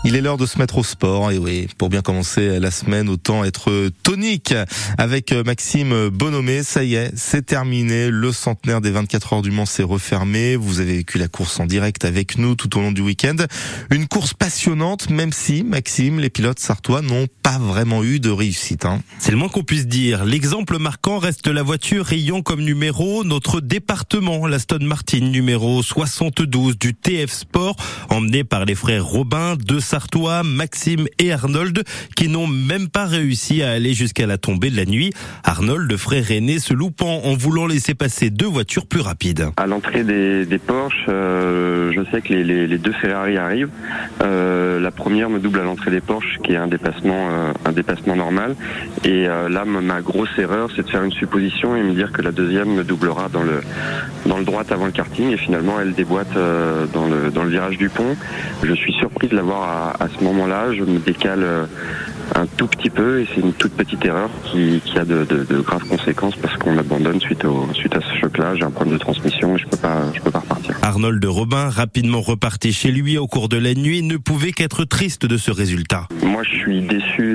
Il est l'heure de se mettre au sport. Et oui, pour bien commencer la semaine, autant être tonique avec Maxime Bonhomet. Ça y est, c'est terminé. Le centenaire des 24 heures du Mans s'est refermé. Vous avez vécu la course en direct avec nous tout au long du week-end. Une course passionnante, même si, Maxime, les pilotes sartois n'ont pas vraiment eu de réussite. C'est le moins qu'on puisse dire. L'exemple marquant reste la voiture ayant comme numéro notre département, l'Aston Martin numéro 72 du TF Sport, emmené par les frères Robin, deux Sartois, Maxime et Arnold, qui n'ont même pas réussi à aller jusqu'à la tombée de la nuit. Arnold, le frère aîné, se loupant en voulant laisser passer deux voitures plus rapides. À l'entrée des Porsche, je sais que les deux Ferrari arrivent. La première me double à l'entrée des Porsche, qui est un dépassement normal. Et là, ma grosse erreur, c'est de faire une supposition et me dire que la deuxième me doublera dans le droit avant le karting. Et finalement, elle déboîte dans le virage du pont. Je suis surpris de l'avoir à ce moment-là. Je me décale un tout petit peu et c'est une toute petite erreur qui a de graves conséquences parce qu'on abandonne suite à ce choc-là. J'ai un problème de transmission et je peux pas repartir. Arnold Robin, rapidement reparti chez lui au cours de la nuit, ne pouvait qu'être triste de ce résultat. Moi, je suis déçu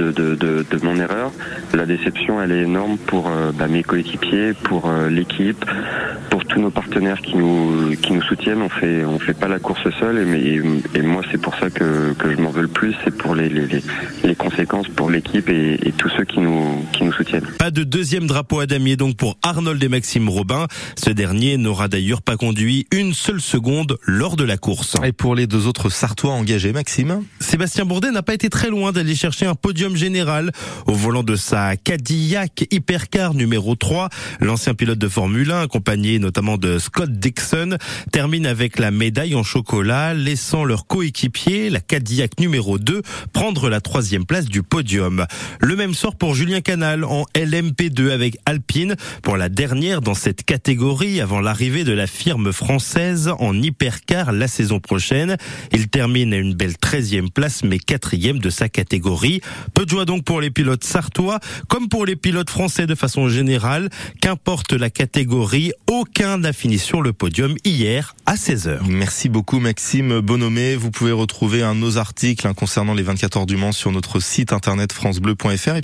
de mon erreur. La déception, elle est énorme pour mes coéquipiers, pour l'équipe, pour tous nos partenaires qui nous soutiennent. On fait pas la course seul et moi, c'est pour ça que je m'en veux le plus. C'est pour les conséquences pour l'équipe et tous ceux qui nous soutiennent. Pas de deuxième drapeau à damier donc pour Arnold et Maxime Robin. Ce dernier n'aura d'ailleurs pas conduit une seule seconde lors de la course. Et pour les deux autres Sartois engagés, Maxime ? Sébastien Bourdet n'a pas été très loin d'aller chercher un podium général. Au volant de sa Cadillac Hypercar numéro 3, l'ancien pilote de Formule 1, accompagné notamment de Scott Dixon, termine avec la médaille en chocolat, laissant leur coéquipier, la Cadillac numéro 2, prendre la troisième place du podium. Le même sort pour Julien Canal en LMP2 avec Alpine pour la dernière dans cette catégorie avant l'arrivée de la firme française en hypercar la saison prochaine. Il termine à une belle 13e place mais 4e de sa catégorie. Peu de joie donc pour les pilotes sartois comme pour les pilotes français de façon générale. Qu'importe la catégorie, aucun n'a fini sur le podium hier à 16h. Merci beaucoup Maxime Bonhomet. Vous pouvez retrouver nos articles concernant les 24 heures du Mans sur notre site internet francebleu.fr.